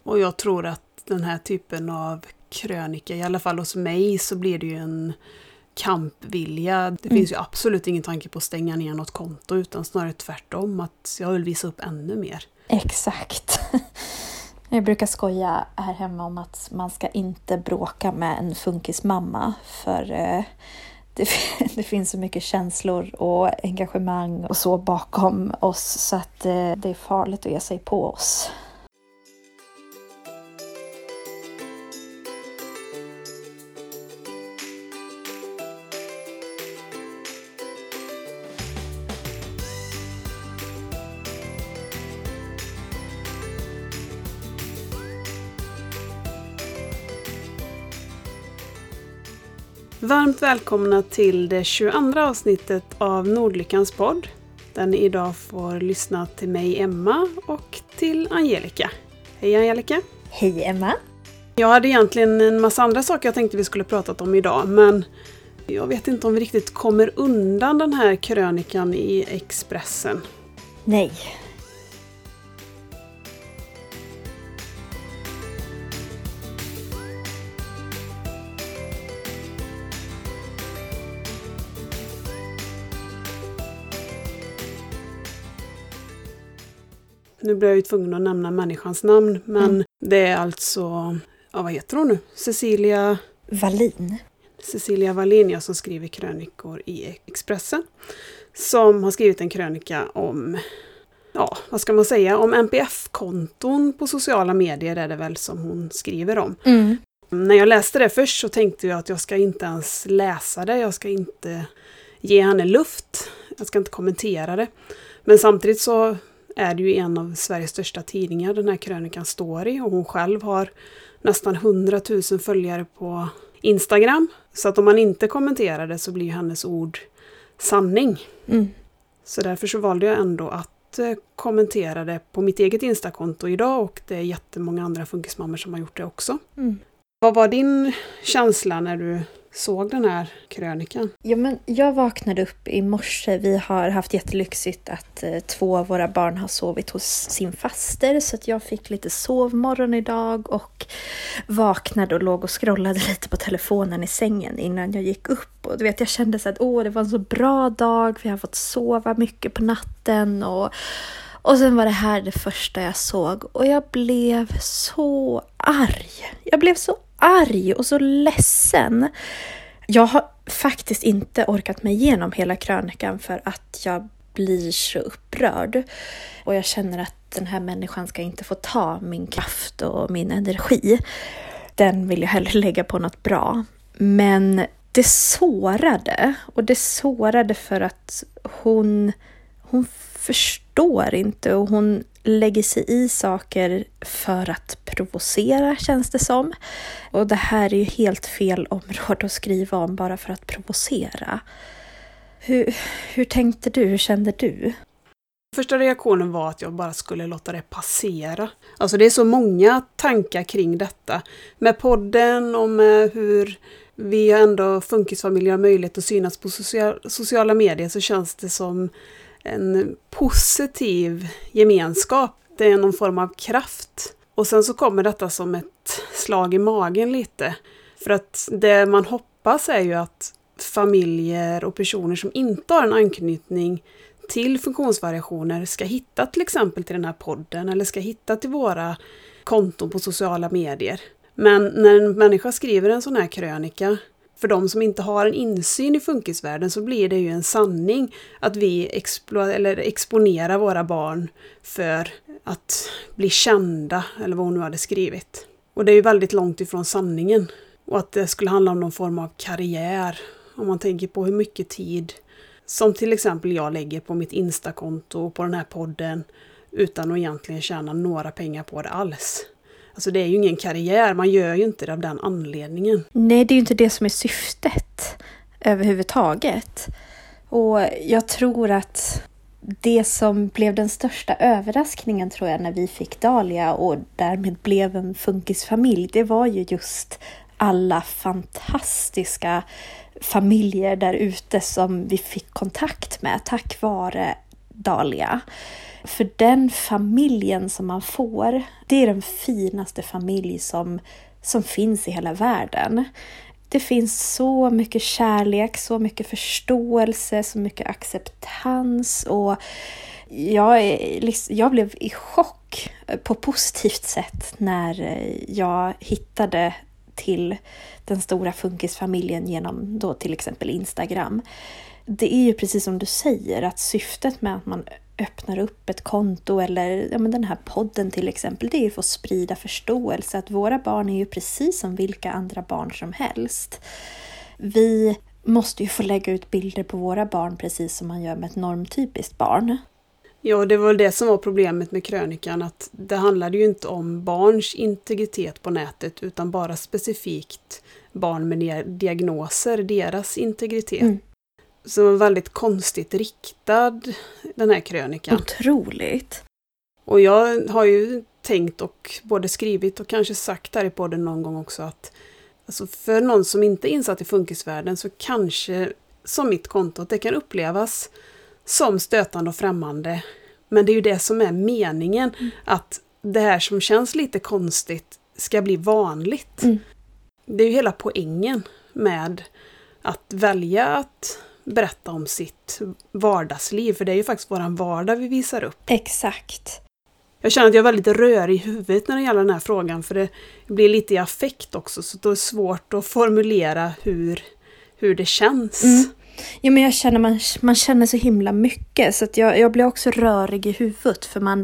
Och jag tror att den här typen av krönika, i alla fall hos mig, så blir det ju en kampvilja. Det finns ju absolut ingen tanke på att stänga ner något konto, utan snarare tvärtom, att jag vill visa upp ännu mer. Exakt. Jag brukar skoja här hemma om att man ska inte bråka med en funkismamma, för det finns så mycket känslor och engagemang och så bakom oss, så att det är farligt att ge sig på oss. Varmt välkomna till det 22 avsnittet av Nordlyckans podd, där ni idag får lyssna till mig, Emma, och till Angelica. Hej Angelica! Hej Emma! Jag hade egentligen en massa andra saker jag tänkte vi skulle prata om idag, men jag vet inte om vi riktigt kommer undan den här krönikan i Expressen. Nej. Nu blir jag ju tvungen att nämna människans namn, men det är alltså, vad heter hon nu? Cecilia Wallin, som skriver krönikor i Expressen. Som har skrivit en krönika om, vad ska man säga, om NPF-konton på sociala medier, är det väl som hon skriver om. När jag läste det först så tänkte jag att jag ska inte ens läsa det, jag ska inte ge henne luft, jag ska inte kommentera det. Men samtidigt så är det ju en av Sveriges största tidningar den här krönikan står i, och hon själv har nästan 100 000 följare på Instagram. Så att om man inte kommenterar det så blir hennes ord sanning. Så därför så valde jag ändå att kommentera det på mitt eget Instakonto idag, och det är jättemånga andra funkismammor som har gjort det också. Vad var din känsla när du såg den här krönikan? Ja, men jag vaknade upp i morse. Vi har haft jättelyxigt att 2 av våra barn har sovit hos sin faster, så att jag fick lite sovmorgon idag och vaknade och låg och scrollade lite på telefonen i sängen innan jag gick upp. Och du vet, jag kände så att det var en så bra dag, vi har fått sova mycket på natten, och sen var det här det första jag såg, och jag blev så arg och så ledsen. Jag har faktiskt inte orkat mig igenom hela krönikan för att jag blir så upprörd. Och jag känner att den här människan ska inte få ta min kraft och min energi. Den vill jag hellre lägga på något bra. Men det sårade. Och det sårade för att hon förstår inte, och hon lägger sig i saker för att provocera, känns det som. Och det här är ju helt fel område att skriva om bara för att provocera. Hur tänkte du? Hur kände du? Första reaktionen var att jag bara skulle låta det passera. Alltså det är så många tankar kring detta. Med podden och med hur vi ändå funkisfamiljer har möjlighet att synas på sociala medier, så känns det som en positiv gemenskap. Det är någon form av kraft. Och sen så kommer detta som ett slag i magen lite. För att det man hoppas är ju att familjer och personer som inte har en anknytning till funktionsvariationer ska hitta till exempel till den här podden, eller ska hitta till våra konton på sociala medier. Men när en människa skriver en sån här krönika, för de som inte har en insyn i funkisvärlden, så blir det ju en sanning att vi exponerar våra barn för att bli kända, eller vad hon nu hade skrivit. Och det är ju väldigt långt ifrån sanningen. Och att det skulle handla om någon form av karriär, om man tänker på hur mycket tid som till exempel jag lägger på mitt Instakonto och på den här podden utan att egentligen tjäna några pengar på det alls. Alltså det är ju ingen karriär, man gör ju inte det av den anledningen. Nej, det är ju inte det som är syftet överhuvudtaget. Och jag tror att det som blev den största överraskningen, tror jag, när vi fick Dahlia och därmed blev en funkisfamilj, det var ju just alla fantastiska familjer där ute som vi fick kontakt med tack vare Dahlia. För den familjen som man får, det är den finaste familj som finns i hela världen. Det finns så mycket kärlek, så mycket förståelse, så mycket acceptans. Och jag blev i chock på positivt sätt när jag hittade till den stora funkisfamiljen genom då till exempel Instagram. Det är ju precis som du säger, att syftet med att man öppnar upp ett konto eller den här podden till exempel, det är ju för att sprida förståelse att våra barn är ju precis som vilka andra barn som helst. Vi måste ju få lägga ut bilder på våra barn precis som man gör med ett normtypiskt barn. Ja, det var väl det som var problemet med krönikan, att det handlade ju inte om barns integritet på nätet utan bara specifikt barn med diagnoser, deras integritet. Så var väldigt konstigt riktad, den här krönikan. Otroligt. Och jag har ju tänkt och både skrivit och kanske sagt här i podden någon gång också att alltså för någon som inte är insatt i funkisvärlden så kanske som mitt konto, det kan upplevas som stötande och främmande. Men det är ju det som är meningen, att det här som känns lite konstigt ska bli vanligt. Det är ju hela poängen med att välja att berätta om sitt vardagsliv, för det är ju faktiskt våran vardag vi visar upp. Exakt. Jag känner att jag är väldigt rörig i huvudet när det gäller den här frågan, för det blir lite i affekt också, så det är svårt att formulera hur det känns. Ja, men jag känner man känner så himla mycket, så att jag blir också rörig i huvudet, för man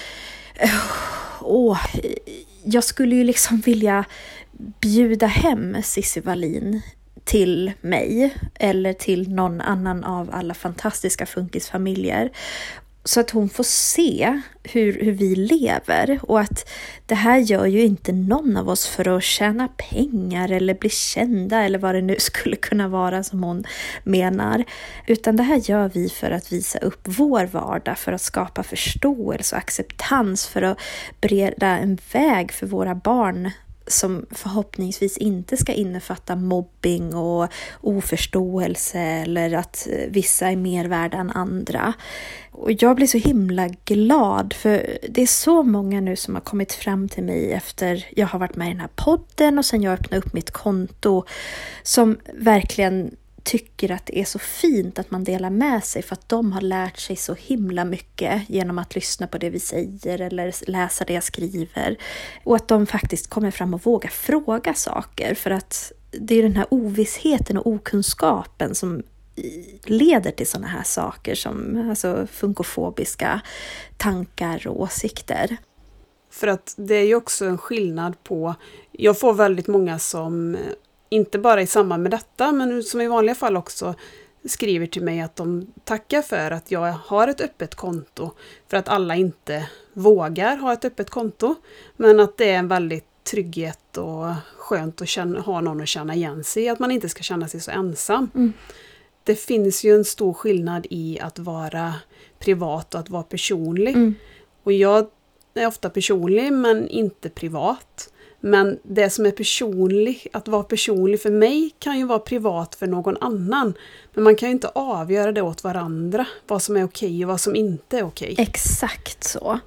jag skulle ju liksom vilja bjuda hem Cissi Wallin till mig eller till någon annan av alla fantastiska funkisfamiljer, så att hon får se hur vi lever, och att det här gör ju inte någon av oss för att tjäna pengar eller bli kända eller vad det nu skulle kunna vara som hon menar, utan det här gör vi för att visa upp vår vardag, för att skapa förståelse och acceptans, för att bereda en väg för våra barn som förhoppningsvis inte ska innefatta mobbing och oförståelse eller att vissa är mer värda än andra. Och jag blir så himla glad, för det är så många nu som har kommit fram till mig efter jag har varit med i den här podden och sen jag öppnade upp mitt konto, som verkligen tycker att det är så fint att man delar med sig, för att de har lärt sig så himla mycket genom att lyssna på det vi säger eller läsa det jag skriver, och att de faktiskt kommer fram och vågar fråga saker, för att det är den här ovissheten och okunskapen som leder till såna här saker som alltså funkofobiska tankar och åsikter. För att det är ju också en skillnad på, jag får väldigt många som inte bara i samband med detta, men som i vanliga fall också skriver till mig att de tackar för att jag har ett öppet konto, för att alla inte vågar ha ett öppet konto, men att det är en väldigt trygghet och skönt att ha någon att känna igen sig i, att man inte ska känna sig så ensam. Det finns ju en stor skillnad i att vara privat och att vara personlig. Och jag är ofta personlig men inte privat. Men det som är personligt, att vara personlig för mig kan ju vara privat för någon annan. Men man kan ju inte avgöra det åt varandra, vad som är okej och vad som inte är okej. Exakt så.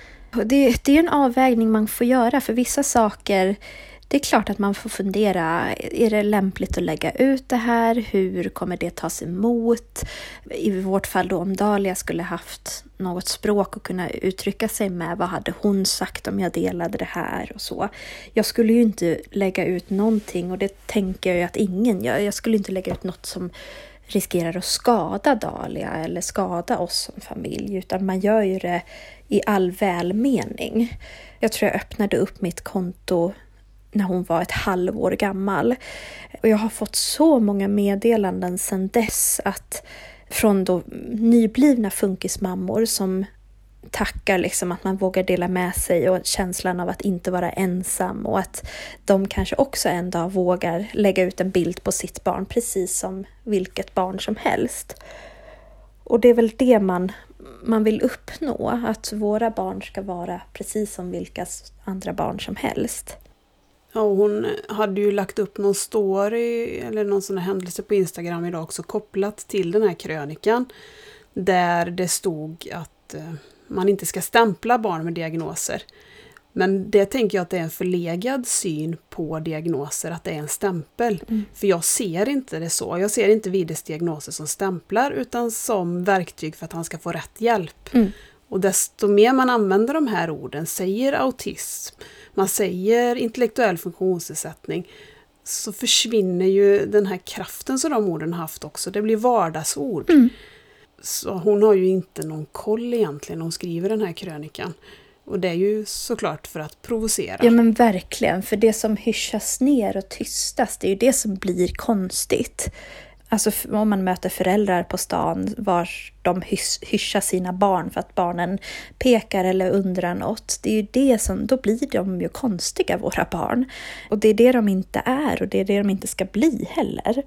Det är en avvägning man får göra, för vissa saker, det är klart att man får fundera, är det lämpligt att lägga ut det här? Hur kommer det tas emot? I vårt fall då, om Dahlia skulle haft något språk att kunna uttrycka sig med, vad hade hon sagt om jag delade det här och så? Jag skulle ju inte lägga ut någonting, och det tänker jag ju att ingen gör. Jag skulle inte lägga ut något som riskerar att skada Dahlia eller skada oss som familj, utan man gör ju det i all välmening. Jag tror jag öppnade upp mitt konto när hon var ett halvår gammal. Och jag har fått så många meddelanden sedan dess, att från då nyblivna funkismammor som tackar liksom att man vågar dela med sig, och känslan av att inte vara ensam, och att de kanske också en dag vågar lägga ut en bild på sitt barn precis som vilket barn som helst. Och det är väl det man vill uppnå, att våra barn ska vara precis som vilka andra barn som helst. Ja, hon hade ju lagt upp någon story eller någon sån här händelse på Instagram idag också, kopplat till den här krönikan, där det stod att man inte ska stämpla barn med diagnoser. Men det tänker jag att det är en förlegad syn på diagnoser, att det är en stämpel. För jag ser inte det så. Jag ser inte Vides diagnoser som stämplar utan som verktyg för att han ska få rätt hjälp. Och desto mer man använder de här orden, säger autism, man säger intellektuell funktionsnedsättning, så försvinner ju den här kraften som de orden har haft också. Det blir vardagsord. Så hon har ju inte någon koll egentligen när hon skriver den här krönikan. Och det är ju såklart för att provocera. Ja men verkligen, för det som hyschas ner och tystas, det är ju det som blir konstigt. Alltså om man möter föräldrar på stan var de hyschar sina barn för att barnen pekar eller undrar något. Det är ju det som, då blir de ju konstiga, våra barn. Och det är det de inte är och det är det de inte ska bli heller.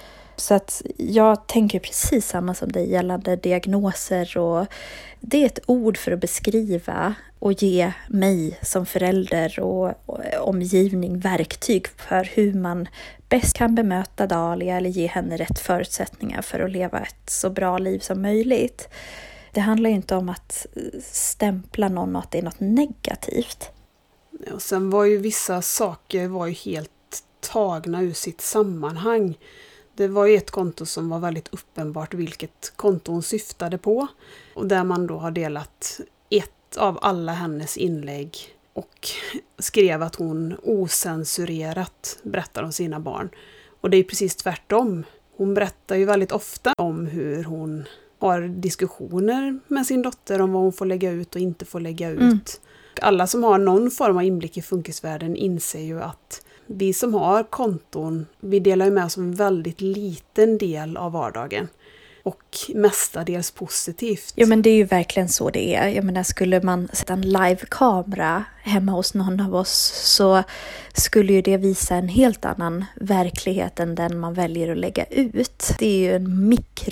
Så att jag tänker precis samma som dig gällande diagnoser, och det är ett ord för att beskriva och ge mig som förälder och omgivning verktyg för hur man bäst kan bemöta Dahlia eller ge henne rätt förutsättningar för att leva ett så bra liv som möjligt. Det handlar ju inte om att stämpla någon och att det är något negativt. Och sen var ju vissa saker var ju helt tagna ur sitt sammanhang. Det var ju ett konto som var väldigt uppenbart vilket konto hon syftade på. Och där man då har delat ett av alla hennes inlägg och skrev att hon osensurerat berättar om sina barn. Och det är precis tvärtom. Hon berättar ju väldigt ofta om hur hon har diskussioner med sin dotter om vad hon får lägga ut och inte får lägga ut. Alla som har någon form av inblick i funkisvärlden inser ju att vi som har konton, vi delar ju med oss en väldigt liten del av vardagen. Och mestadels positivt. Ja men det är ju verkligen så det är. Jag menar, skulle man sätta en live-kamera hemma hos någon av oss så skulle ju det visa en helt annan verklighet än den man väljer att lägga ut. Det är ju en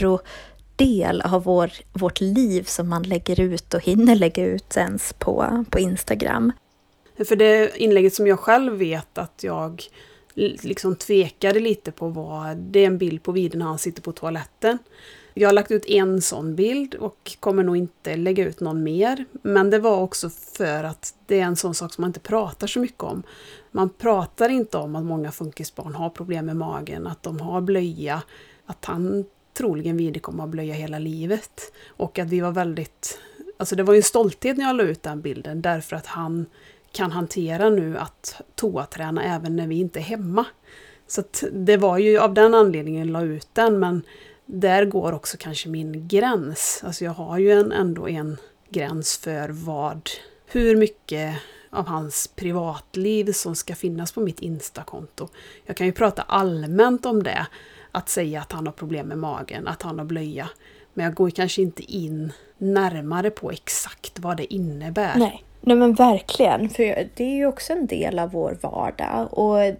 mikrodel av vårt liv som man lägger ut och hinner lägga ut ens på Instagram. För det inlägget som jag själv vet att jag liksom tvekade lite på var, det är en bild på Vide när han sitter på toaletten. Jag har lagt ut en sån bild och kommer nog inte lägga ut någon mer. Men det var också för att det är en sån sak som man inte pratar så mycket om. Man pratar inte om att många funkisbarn har problem med magen, att de har blöja, att han troligen Vide kommer att blöja hela livet. Och att vi var väldigt, alltså det var ju en stolthet när jag la ut den bilden därför att han kan hantera nu att toaträna även när vi inte är hemma. Så att det var ju av den anledningen jag la ut den, men där går också kanske min gräns. Alltså jag har ju ändå en gräns för hur mycket av hans privatliv som ska finnas på mitt Insta-konto. Jag kan ju prata allmänt om det, att säga att han har problem med magen, att han har blöja. Men jag går kanske inte in närmare på exakt vad det innebär. Nej men verkligen, för det är ju också en del av vår vardag. Och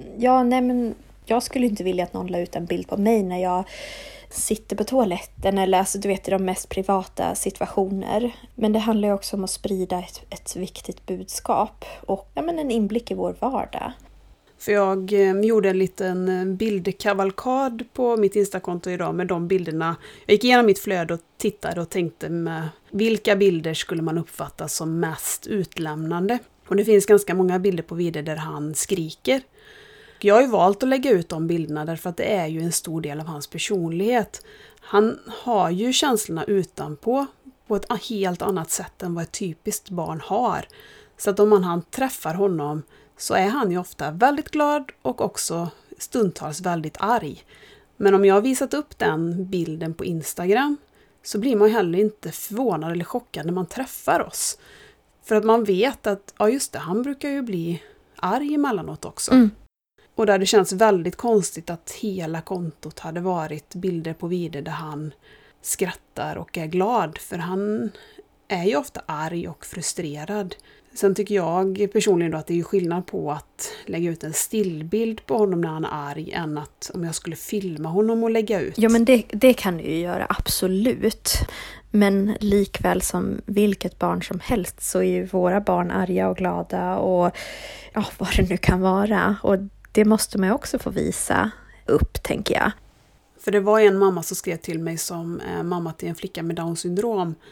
jag skulle inte vilja att någon la ut en bild på mig när jag sitter på toaletten eller alltså, du vet, i de mest privata situationer. Men det handlar ju också om att sprida ett viktigt budskap och en inblick i vår vardag. För jag gjorde en liten bildkavalkad på mitt Instakonto idag med de bilderna. Jag gick igenom mitt flöde och tittade och tänkte med vilka bilder skulle man uppfatta som mest utlämnande. Och det finns ganska många bilder på Vide där han skriker. Jag har ju valt att lägga ut de bilderna därför att det är ju en stor del av hans personlighet. Han har ju känslorna utanpå på ett helt annat sätt än vad ett typiskt barn har. Så att om han träffar honom så är han ju ofta väldigt glad och också stundtals väldigt arg. Men om jag har visat upp den bilden på Instagram så blir man heller inte förvånad eller chockad när man träffar oss. För att man vet att, ja just det, han brukar ju bli arg emellanåt också. Och där det känns väldigt konstigt att hela kontot hade varit bilder på Vide där han skrattar och är glad. För han är ju ofta arg och frustrerad. Sen tycker jag personligen då att det är skillnad på att lägga ut en stillbild på honom när han är arg än att om jag skulle filma honom och lägga ut. Ja men det kan du ju göra, absolut. Men likväl som vilket barn som helst så är ju våra barn arga och glada och ja, vad det nu kan vara. Och det måste man ju också få visa upp, tänker jag. För det var en mamma som skrev till mig som mamma till en flicka med Down syndrom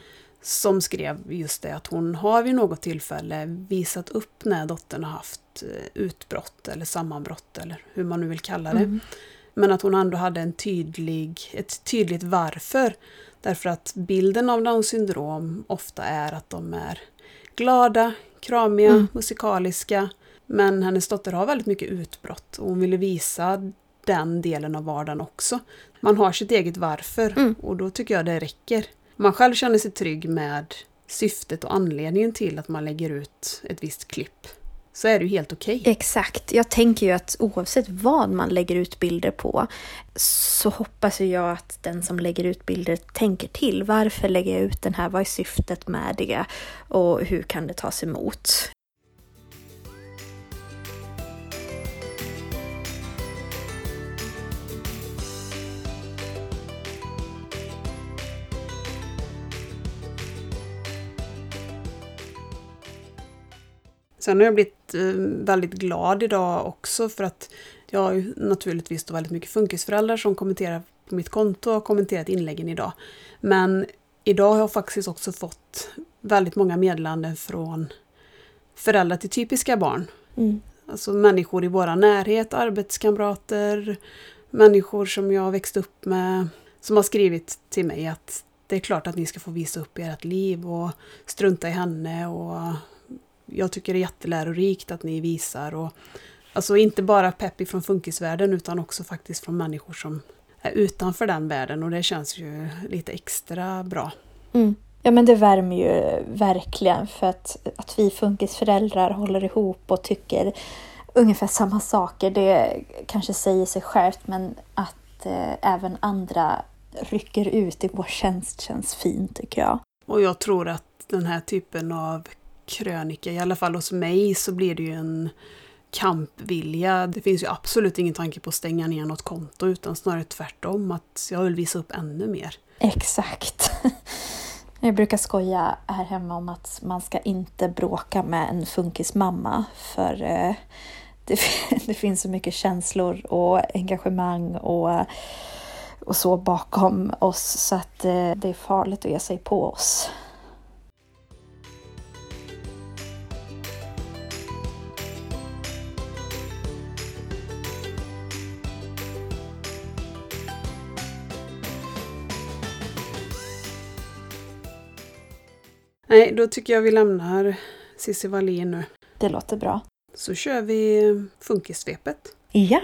som skrev just det att hon har vid något tillfälle visat upp när dottern har haft utbrott eller sammanbrott eller hur man nu vill kalla det. Men att hon ändå hade ett tydligt varför. Därför att bilden av Downs syndrom ofta är att de är glada, kramiga, musikaliska. Men hennes dotter har väldigt mycket utbrott och hon ville visa den delen av vardagen också. Man har sitt eget varför och då tycker jag det räcker. Man själv känner sig trygg med syftet och anledningen till att man lägger ut ett visst klipp. Så är det ju helt okej. Exakt. Jag tänker ju att oavsett vad man lägger ut bilder på så hoppas jag att den som lägger ut bilder tänker till. Varför lägger jag ut den här? Vad är syftet med det? Och hur kan det tas emot? Sen har jag blivit väldigt glad idag också för att jag har ju naturligtvis då väldigt mycket funkisföräldrar som kommenterar på mitt konto och har kommenterat inläggen idag. Men idag har jag faktiskt också fått väldigt många meddelanden från föräldrar till typiska barn. Alltså människor i våra närhet, arbetskamrater, människor som jag har växt upp med som har skrivit till mig att det är klart att ni ska få visa upp ert liv och strunta i henne och jag tycker det är jättelärorikt att ni visar och alltså inte bara pepp från funkisvärlden utan också faktiskt från människor som är utanför den världen och det känns ju lite extra bra. Ja men det värmer ju verkligen för att vi funkisföräldrar håller ihop och tycker ungefär samma saker. Det kanske säger sig självt men att även andra rycker ut i vår tjänst känns fint tycker jag. Och jag tror att den här typen av krönika, i alla fall hos mig så blir det ju en kampvilja. Det finns ju absolut ingen tanke på att stänga ner något konto utan snarare tvärtom att jag vill visa upp ännu mer. Exakt. Jag brukar skoja här hemma om att man ska inte bråka med en funkismamma för det finns så mycket känslor och engagemang och så bakom oss så att det är farligt att ge sig på oss. Nej, då tycker jag vi lämnar Cissi Wallin nu. Det låter bra. Så kör vi funkissvepet. Ja.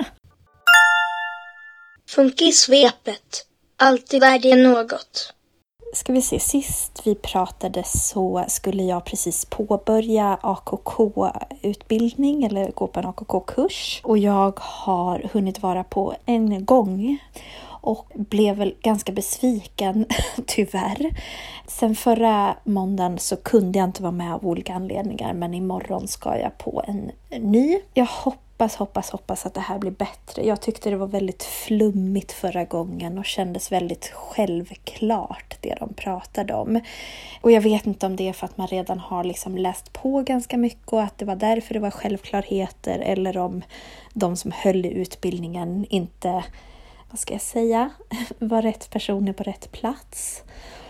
Funkissvepet. Alltid värde något. Ska vi se, sist vi pratade så skulle jag precis påbörja AKK-utbildning eller gå på en AKK-kurs. Och jag har hunnit vara på en gång och blev väl ganska besviken tyvärr. Sen förra måndagen så kunde jag inte vara med av olika anledningar men imorgon ska jag på en ny. Jag hoppas att det här blir bättre. Jag tyckte det var väldigt flummigt förra gången och kändes väldigt självklart det de pratade om. Och jag vet inte om det är för att man redan har liksom läst på ganska mycket och att det var därför det var självklarheter eller om de som höll i utbildningen inte, vad ska jag säga, var rätt personer på rätt plats.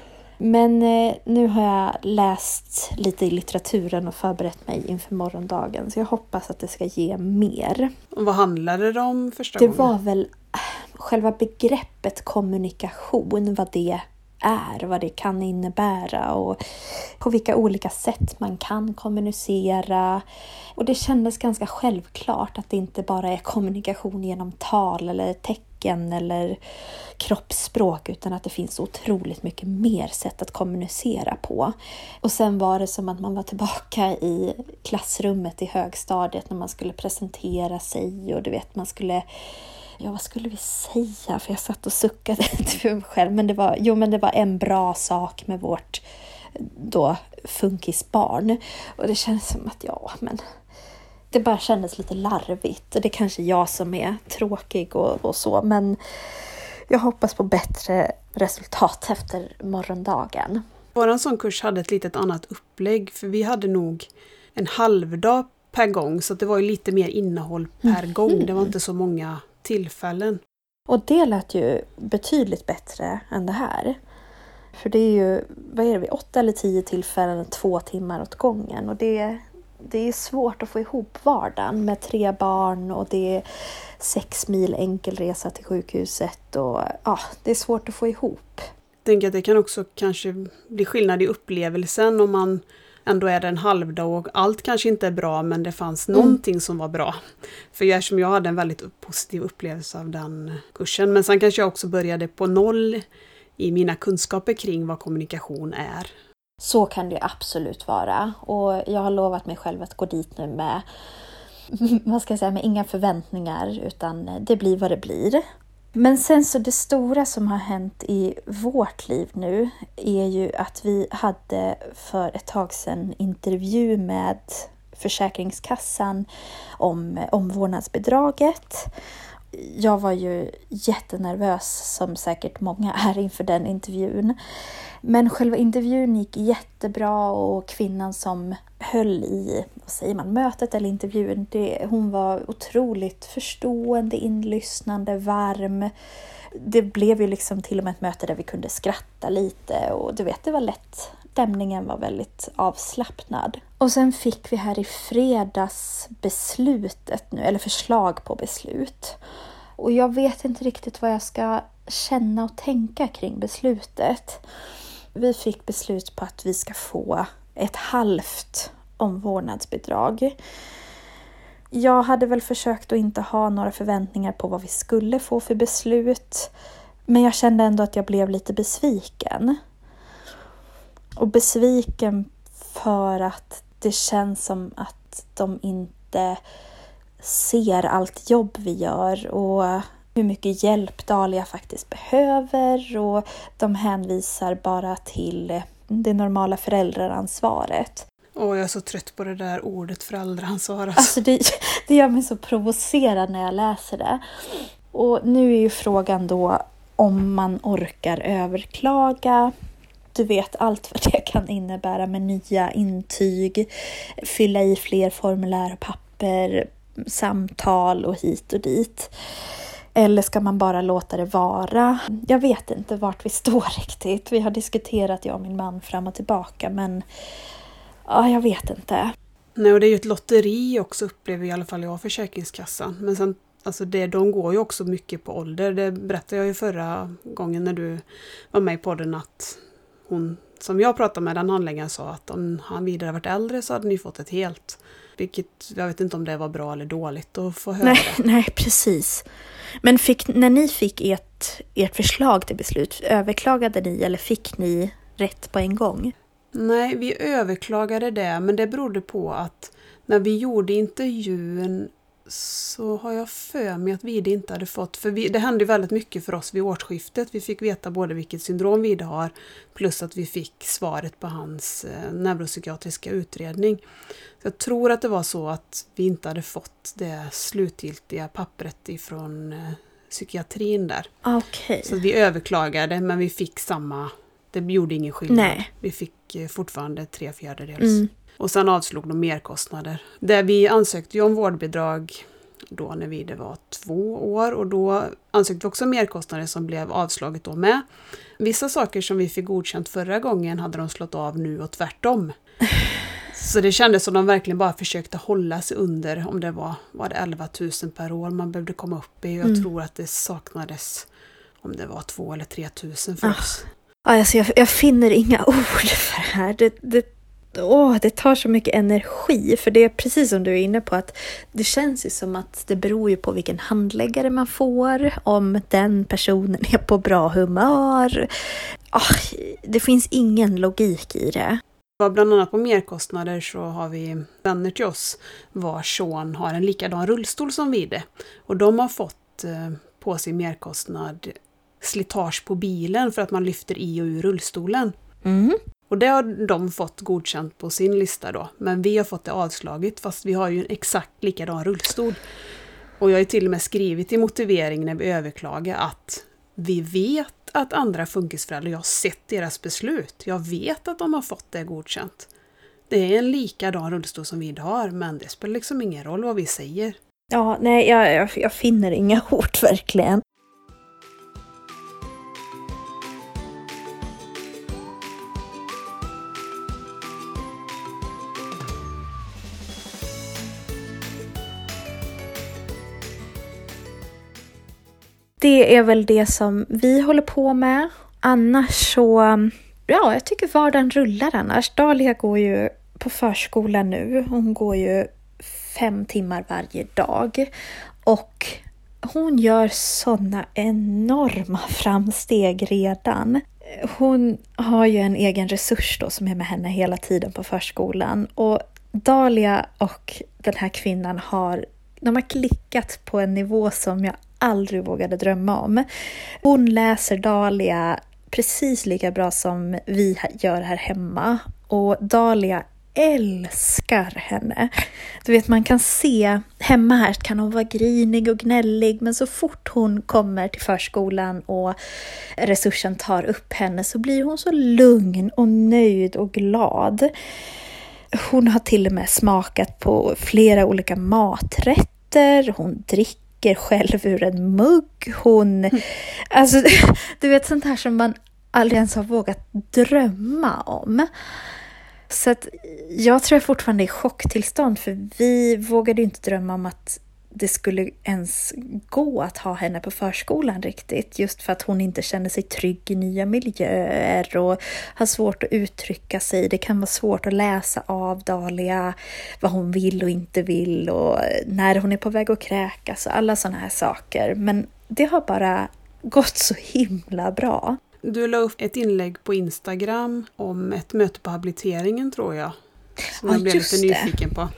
Men nu har jag läst lite i litteraturen och förberett mig inför morgondagen. Så jag hoppas att det ska ge mer. Och vad handlade det om första gången? Det var väl själva begreppet kommunikation. Vad det är, vad det kan innebära. Och på vilka olika sätt man kan kommunicera. Och det kändes ganska självklart att det inte bara är kommunikation genom tal eller tecken eller kroppsspråk utan att det finns otroligt mycket mer sätt att kommunicera på. Och sen var det som att man var tillbaka i klassrummet i högstadiet när man skulle presentera sig och du vet man skulle, ja vad skulle vi säga, för jag satt och suckade för mig själv, men det var en bra sak med vårt då funkisbarn och det känns som att men det bara kändes lite larvigt och det är kanske jag som är tråkig och så, men jag hoppas på bättre resultat efter morgondagen. Vår sån kurs hade ett litet annat upplägg för vi hade nog en halvdag per gång så att det var ju lite mer innehåll per gång. Det var inte så många tillfällen. Och det lät ju betydligt bättre än det här. För det är ju, vad är det, 8 eller 10 tillfällen, 2 timmar åt gången. Och det är svårt att få ihop vardagen med 3 barn och det är 6 mil enkelresa till sjukhuset. Och ja, det är svårt att få ihop. Jag tänker att det kan också kanske bli skillnad i upplevelsen om man ändå är det en halvdag och allt kanske inte är bra men det fanns någonting som var bra. För eftersom jag hade en väldigt positiv upplevelse av den kursen. Men sen kanske jag också började på noll i mina kunskaper kring vad kommunikation är. Så kan det absolut vara. Och jag har lovat mig själv att gå dit nu med, med inga förväntningar, utan det blir vad det blir. Men sen så det stora som har hänt i vårt liv nu är ju att vi hade för ett tag sedan intervju med Försäkringskassan om omvårdnadsbidraget. Jag var ju jättenervös, som säkert många är, inför den intervjun. Men själva intervjun gick jättebra och kvinnan som höll i, mötet eller intervjun, hon var otroligt förstående, inlyssnande, varm. Det blev ju liksom till och med ett möte där vi kunde skratta lite och du vet, det var lätt. Stämningen var väldigt avslappnad. Och sen fick vi här i fredags beslutet nu, eller förslag på beslut. Och jag vet inte riktigt vad jag ska känna och tänka kring beslutet. Vi fick beslut på att vi ska få ett halvt omvårdnadsbidrag. Jag hade väl försökt att inte ha några förväntningar på vad vi skulle få för beslut. Men jag kände ändå att jag blev lite besviken. Och besviken för att det känns som att de inte ser allt jobb vi gör och hur mycket hjälp Dahlia faktiskt behöver, och de hänvisar bara till det normala föräldraransvaret. Jag är så trött på det där ordet föräldraansvar. Alltså det gör mig så provocerad när jag läser det. Och nu är ju frågan då om man orkar överklaga. Du vet allt vad det kan innebära med nya intyg, fylla i fler formulär och papper, samtal och hit och dit. Eller ska man bara låta det vara? Jag vet inte vart vi står riktigt. Vi har diskuterat, jag och min man, fram och tillbaka. Men ja, jag vet inte. Nej, och det är ju ett lotteri också, upplever i alla fall jag, Försäkringskassan. Men sen, alltså de går ju också mycket på ålder. Det berättade jag ju förra gången när du var med i podden, att hon som jag pratade med, den handläggaren, sa att om han vidare varit äldre så hade ni fått ett helt. Vilket, jag vet inte om det var bra eller dåligt att få höra. Nej, precis. Men när ni fick ert förslag till beslut, överklagade ni eller fick ni rätt på en gång? Nej, vi överklagade det, men det berodde på att när vi gjorde intervjun så har jag för mig att Vide inte hade fått, för det hände väldigt mycket för oss vid årsskiftet. Vi fick veta både vilket syndrom Vide har, plus att vi fick svaret på hans neuropsykiatriska utredning. Så jag tror att det var så att vi inte hade fått det slutgiltiga pappret ifrån psykiatrin där. Okay. Så vi överklagade, men vi fick samma, det gjorde ingen skillnad. Nej. Vi fick fortfarande 3/4. Och sen avslog de merkostnader. Där vi ansökte ju om vårdbidrag då när Vide var 2 år. Och då ansökte vi också merkostnader som blev avslaget då med. Vissa saker som vi fick godkänt förra gången hade de slått av nu och tvärtom. Så det kändes som de verkligen bara försökte hålla sig under, om det var det 11 000 per år man behövde komma upp i. Jag tror att det saknades, om det var 2 eller 3 000 för oss. Alltså jag finner inga ord för det här. Det tar så mycket energi, för det är precis som du är inne på, att det känns ju som att det beror ju på vilken handläggare man får, om den personen är på bra humör. Det finns ingen logik i det. Bland annat på merkostnader så har vi vänner till oss vars son har en likadan rullstol som Vide. Och de har fått på sig merkostnad slitage på bilen för att man lyfter i och ur rullstolen. Och det har de fått godkänt på sin lista då. Men vi har fått det avslaget, fast vi har ju en exakt likadan rullstol. Och jag har ju till och med skrivit i motiveringen när vi överklagar att vi vet att andra funkisföräldrar, jag har sett deras beslut. Jag vet att de har fått det godkänt. Det är en likadan rullstol som vi har, men det spelar liksom ingen roll vad vi säger. Ja, nej, jag finner inga ord verkligen. Det är väl det som vi håller på med. Annars så, ja, jag tycker vardagen rullar annars. Dahlia går ju på förskolan nu. Hon går ju 5 timmar varje dag. Och hon gör sådana enorma framsteg redan. Hon har ju en egen resurs då som är med henne hela tiden på förskolan. Och Dahlia och den här kvinnan de har klickat på en nivå som jag aldrig vågade drömma om. Hon läser Dahlia precis lika bra som vi gör här hemma. Och Dahlia älskar henne. Du vet, man kan se hemma här kan hon vara grinig och gnällig, men så fort hon kommer till förskolan och resursen tar upp henne så blir hon så lugn och nöjd och glad. Hon har till och med smakat på flera olika maträtter. Hon dricker själv ur en mugg. Alltså, du vet, sånt här som man aldrig ens har vågat drömma om. Så att jag tror jag fortfarande är i chocktillstånd, för vi vågade inte drömma om att det skulle ens gå att ha henne på förskolan riktigt. Just för att hon inte känner sig trygg i nya miljöer och har svårt att uttrycka sig. Det kan vara svårt att läsa av Dahlia vad hon vill och inte vill och när hon är på väg att kräkas och alla sådana här saker. Men det har bara gått så himla bra. Du la upp ett inlägg på Instagram om ett möte på habiliteringen, tror jag. Som jag blev lite nyfiken på.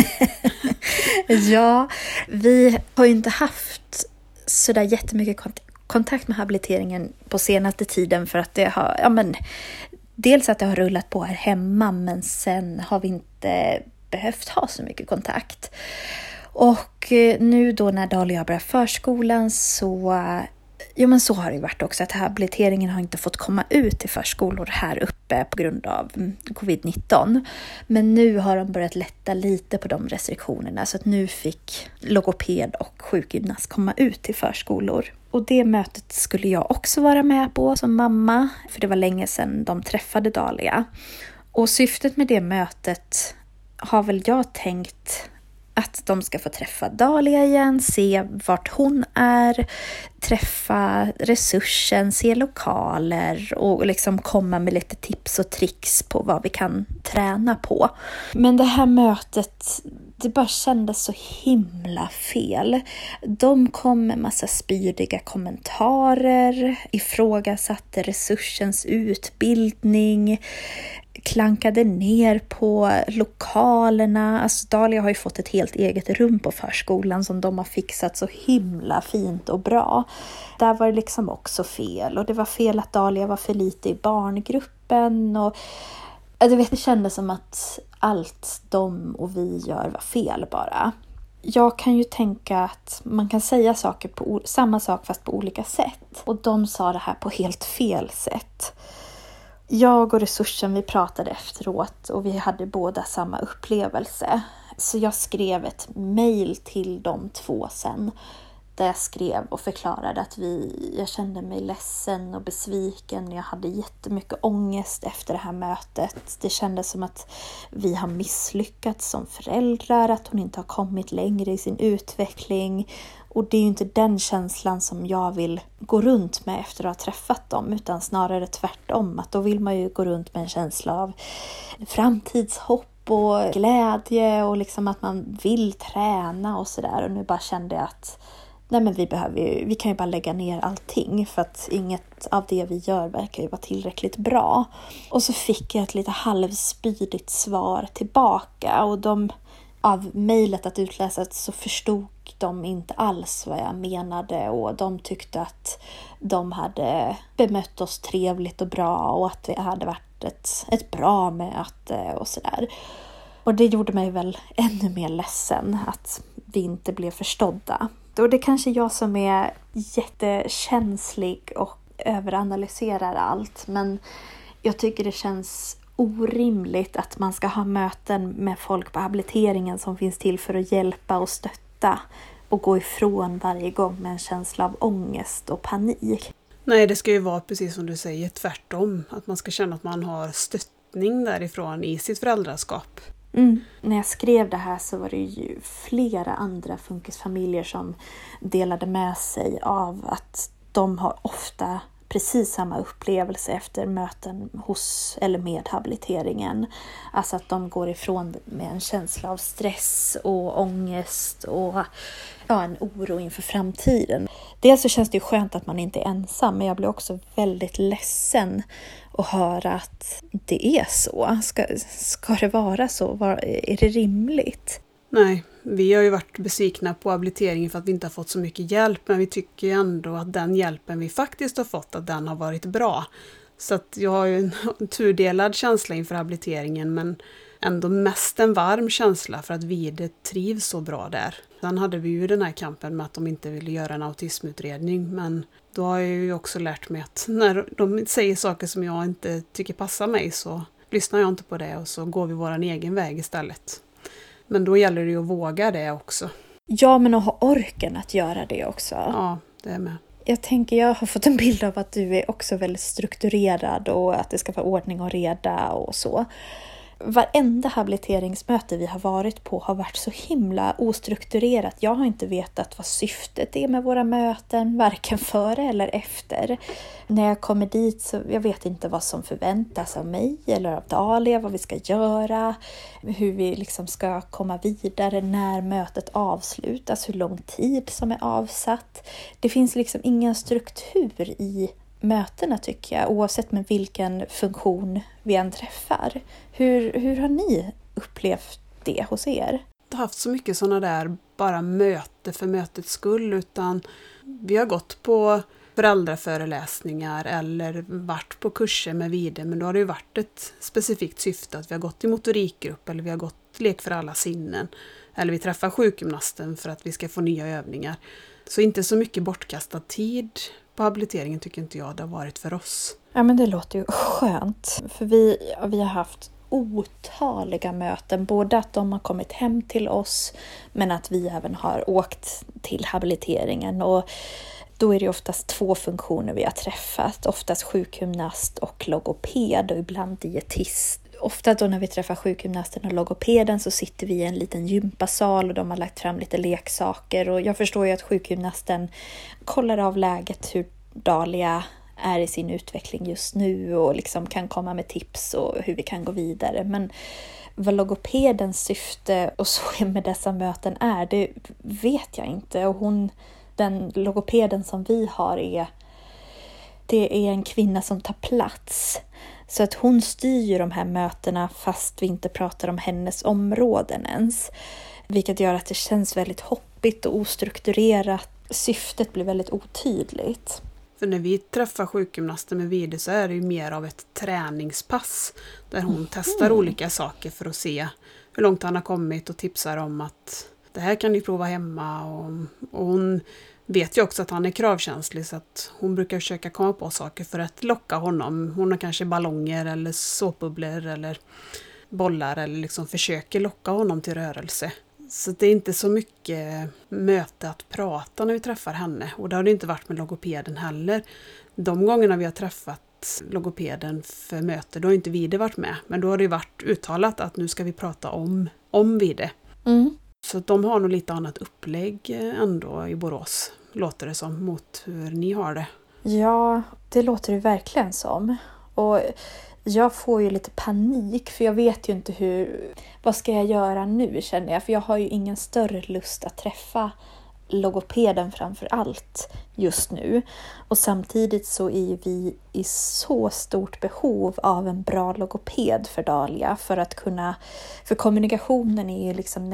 Ja, vi har ju inte haft sådär jättemycket kontakt med habiliteringen på senaste tiden, för att det har, dels att det har rullat på här hemma, men sen har vi inte behövt ha så mycket kontakt. Och nu då när Dahlia börjar förskolan så har det varit också att habiliteringen har inte fått komma ut till förskolor här uppe på grund av covid-19. Men nu har de börjat lätta lite på de restriktionerna, så att nu fick logoped och sjukgymnast komma ut till förskolor. Och det mötet skulle jag också vara med på som mamma, för det var länge sedan de träffade Dahlia. Och syftet med det mötet har väl jag tänkt att de ska få träffa Dahlia igen, se vart hon är, träffa resursen, se lokaler och liksom komma med lite tips och tricks på vad vi kan träna på. Men det här mötet, det bara kändes så himla fel. De kom med massa spydiga kommentarer, ifrågasatte resursens utbildning, klankade ner på lokalerna. Alltså Dahlia har ju fått ett helt eget rum på förskolan som de har fixat så himla fint och bra. Där var det liksom också fel. Och det var fel att Dahlia var för lite i barngruppen. Och det kändes som att allt de och vi gör var fel bara. Jag kan ju tänka att man kan säga saker på samma sak fast på olika sätt. Och de sa det här på helt fel sätt. Jag och resursen, vi pratade efteråt och vi hade båda samma upplevelse. Så jag skrev ett mejl till de två sen. Där jag skrev och förklarade att jag kände mig ledsen och besviken. Jag hade jättemycket ångest efter det här mötet. Det kändes som att vi har misslyckats som föräldrar. Att hon inte har kommit längre i sin utveckling. Och det är ju inte den känslan som jag vill gå runt med efter att ha träffat dem. Utan snarare tvärtom. Att då vill man ju gå runt med en känsla av framtidshopp och glädje. Och liksom att man vill träna och sådär. Och nu bara kände jag att nej, men vi kan ju bara lägga ner allting. För att inget av det vi gör verkar ju vara tillräckligt bra. Och så fick jag ett lite halvspydigt svar tillbaka. Och av mejlet att utläsa så förstod de inte alls vad jag menade. Och de tyckte att de hade bemött oss trevligt och bra. Och att det hade varit ett bra möte och sådär. Och det gjorde mig väl ännu mer ledsen att vi inte blev förstådda. Och det är kanske jag som är jättekänslig och överanalyserar allt. Men jag tycker det känns orimligt att man ska ha möten med folk på habiliteringen som finns till för att hjälpa och stötta. Och gå ifrån varje gång med en känsla av ångest och panik. Nej, det ska ju vara precis som du säger, tvärtom. Att man ska känna att man har stöttning därifrån i sitt föräldraskap. När jag skrev det här så var det ju flera andra funkisfamiljer som delade med sig av att de har ofta precis samma upplevelse efter möten hos eller med habiliteringen. Alltså att de går ifrån med en känsla av stress och ångest och en oro inför framtiden. Dels så känns det ju skönt att man inte är ensam, men jag blir också väldigt ledsen att höra att det är så. Ska det vara så? Är det rimligt? Nej, vi har ju varit besvikna på habiliteringen för att vi inte har fått så mycket hjälp, men vi tycker ju ändå att den hjälpen vi faktiskt har fått, att den har varit bra. Så att jag har ju en tudelad känsla inför habiliteringen, men ändå mest en varm känsla för att vi trivs så bra där. Sen hade vi ju den här kampen med att de inte ville göra en autismutredning, men då har jag ju också lärt mig att när de säger saker som jag inte tycker passar mig så lyssnar jag inte på det och så går vi vår egen väg istället. Men då gäller det ju att våga det också. Ja, men att ha orken att göra det också. Ja, det är med. Jag har fått en bild av att du är också väldigt strukturerad och att det ska vara ordning och reda och så. Varenda habiliteringsmöte vi har varit på har varit så himla ostrukturerat. Jag har inte vetat vad syftet är med våra möten, varken före eller efter. När jag kommer dit så jag vet inte vad som förväntas av mig eller av Dahlia, vad vi ska göra, hur vi liksom ska komma vidare när mötet avslutas, hur lång tid som är avsatt. Det finns liksom ingen struktur i mötena tycker jag, oavsett med vilken funktion vi än träffar. Hur har ni upplevt det hos er? Jag har haft så mycket sådana där bara möte för mötets skull, utan vi har gått på föräldraföreläsningar eller varit på kurser med Vide, men då har det ju varit ett specifikt syfte att vi har gått i motorikgrupp eller vi har gått lek för alla sinnen eller vi träffar sjukgymnasten för att vi ska få nya övningar. Så inte så mycket bortkastad tid på habiliteringen tycker inte jag det har varit för oss. Ja, men det låter ju skönt. För vi har haft otaliga möten. Både att de har kommit hem till oss, men att vi även har åkt till habiliteringen. Och då är det oftast 2 funktioner vi har träffat. Oftast sjukgymnast och logoped och ibland dietist. Ofta då när vi träffar sjukgymnasten och logopeden så sitter vi i en liten gympasal och de har lagt fram lite leksaker. Och jag förstår ju att sjukgymnasten kollar av läget hur Dahlia är i sin utveckling just nu och liksom kan komma med tips och hur vi kan gå vidare. Men vad logopedens syfte och så med dessa möten är, det vet jag inte. Och den logopeden som vi har det är en kvinna som tar plats. Så att hon styr de här mötena fast vi inte pratar om hennes områden ens. Vilket gör att det känns väldigt hoppigt och ostrukturerat. Syftet blir väldigt otydligt. För när vi träffar sjukgymnasten med Vide så är det ju mer av ett träningspass. Där hon testar olika saker för att se hur långt han har kommit och tipsar om att det här kan ni prova hemma. Och hon vet ju också att han är kravkänslig så att hon brukar försöka komma på saker för att locka honom. Hon har kanske ballonger eller såpbubblor eller bollar eller liksom försöker locka honom till rörelse. Så det är inte så mycket möte att prata när vi träffar henne. Och det har det inte varit med logopeden heller. De gångerna vi har träffat logopeden för möte, då har inte Vide varit med. Men då har det varit uttalat att nu ska vi prata om Vide. Så de har nog lite annat upplägg ändå i Borås, låter det som, mot hur ni har det. Ja, det låter det verkligen som. Och jag får ju lite panik för jag vet ju inte vad ska jag göra nu känner jag. För jag har ju ingen större lust att träffa logopeden framför allt just nu. Och samtidigt så är vi i så stort behov av en bra logoped för Dahlia. För kommunikationen är ju liksom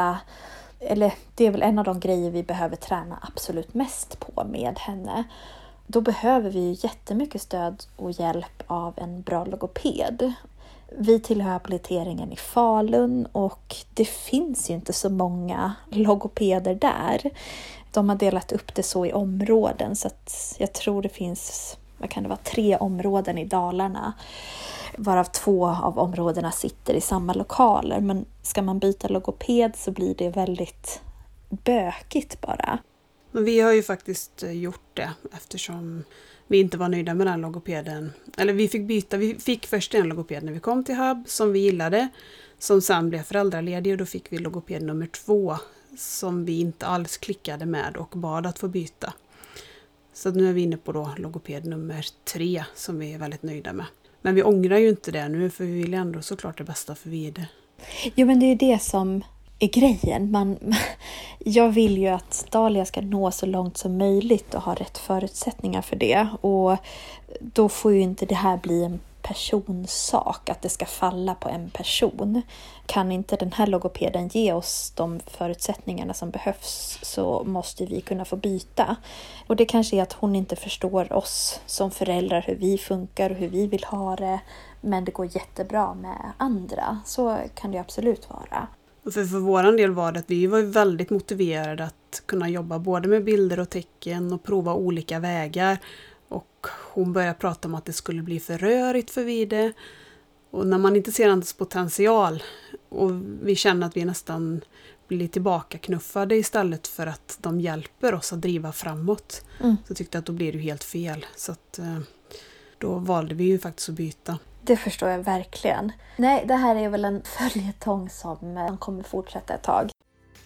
det är väl en av de grejer vi behöver träna absolut mest på med henne. Då behöver vi ju jättemycket stöd och hjälp av en bra logoped. Vi tillhör habiliteringen i Falun och det finns ju inte så många logopeder där. De har delat upp det så i områden så att jag tror det finns, 3 områden i Dalarna. Varav 2 av områdena sitter i samma lokaler. Men ska man byta logoped så blir det väldigt bökigt bara. Men vi har ju faktiskt gjort det eftersom vi inte var nöjda med den logopeden. Eller vi fick byta. Vi fick först en logoped när vi kom till Hub som vi gillade. som sen blev föräldraledig och då fick vi logoped nummer 2 som vi inte alls klickade med och bad att få byta. Så nu är vi inne på då logoped nummer 3 som vi är väldigt nöjda med. Men vi ångrar ju inte det nu för vi vill ändå såklart det bästa för Vide. Jo, men det är ju det som är grejen. Jag vill ju att Dahlia ska nå så långt som möjligt och ha rätt förutsättningar för det. Och då får ju inte det här bli en personsak, att det ska falla på en person. Kan inte den här logopeden ge oss de förutsättningarna som behövs så måste vi kunna få byta. Och det kanske är att hon inte förstår oss som föräldrar, hur vi funkar och hur vi vill ha det. Men det går jättebra med andra. Så kan det absolut vara. För våran del var det att vi var väldigt motiverade att kunna jobba både med bilder och tecken och prova olika vägar. Och hon började prata om att det skulle bli för rörigt för Vide. Och när man inte ser hans potential och vi känner att vi nästan blir tillbaka knuffade istället för att de hjälper oss att driva framåt. Så tyckte jag att då blir det ju helt fel. Så att, då valde vi ju faktiskt att byta. Det förstår jag verkligen. Nej, det här är väl en följetong som kommer fortsätta ett tag.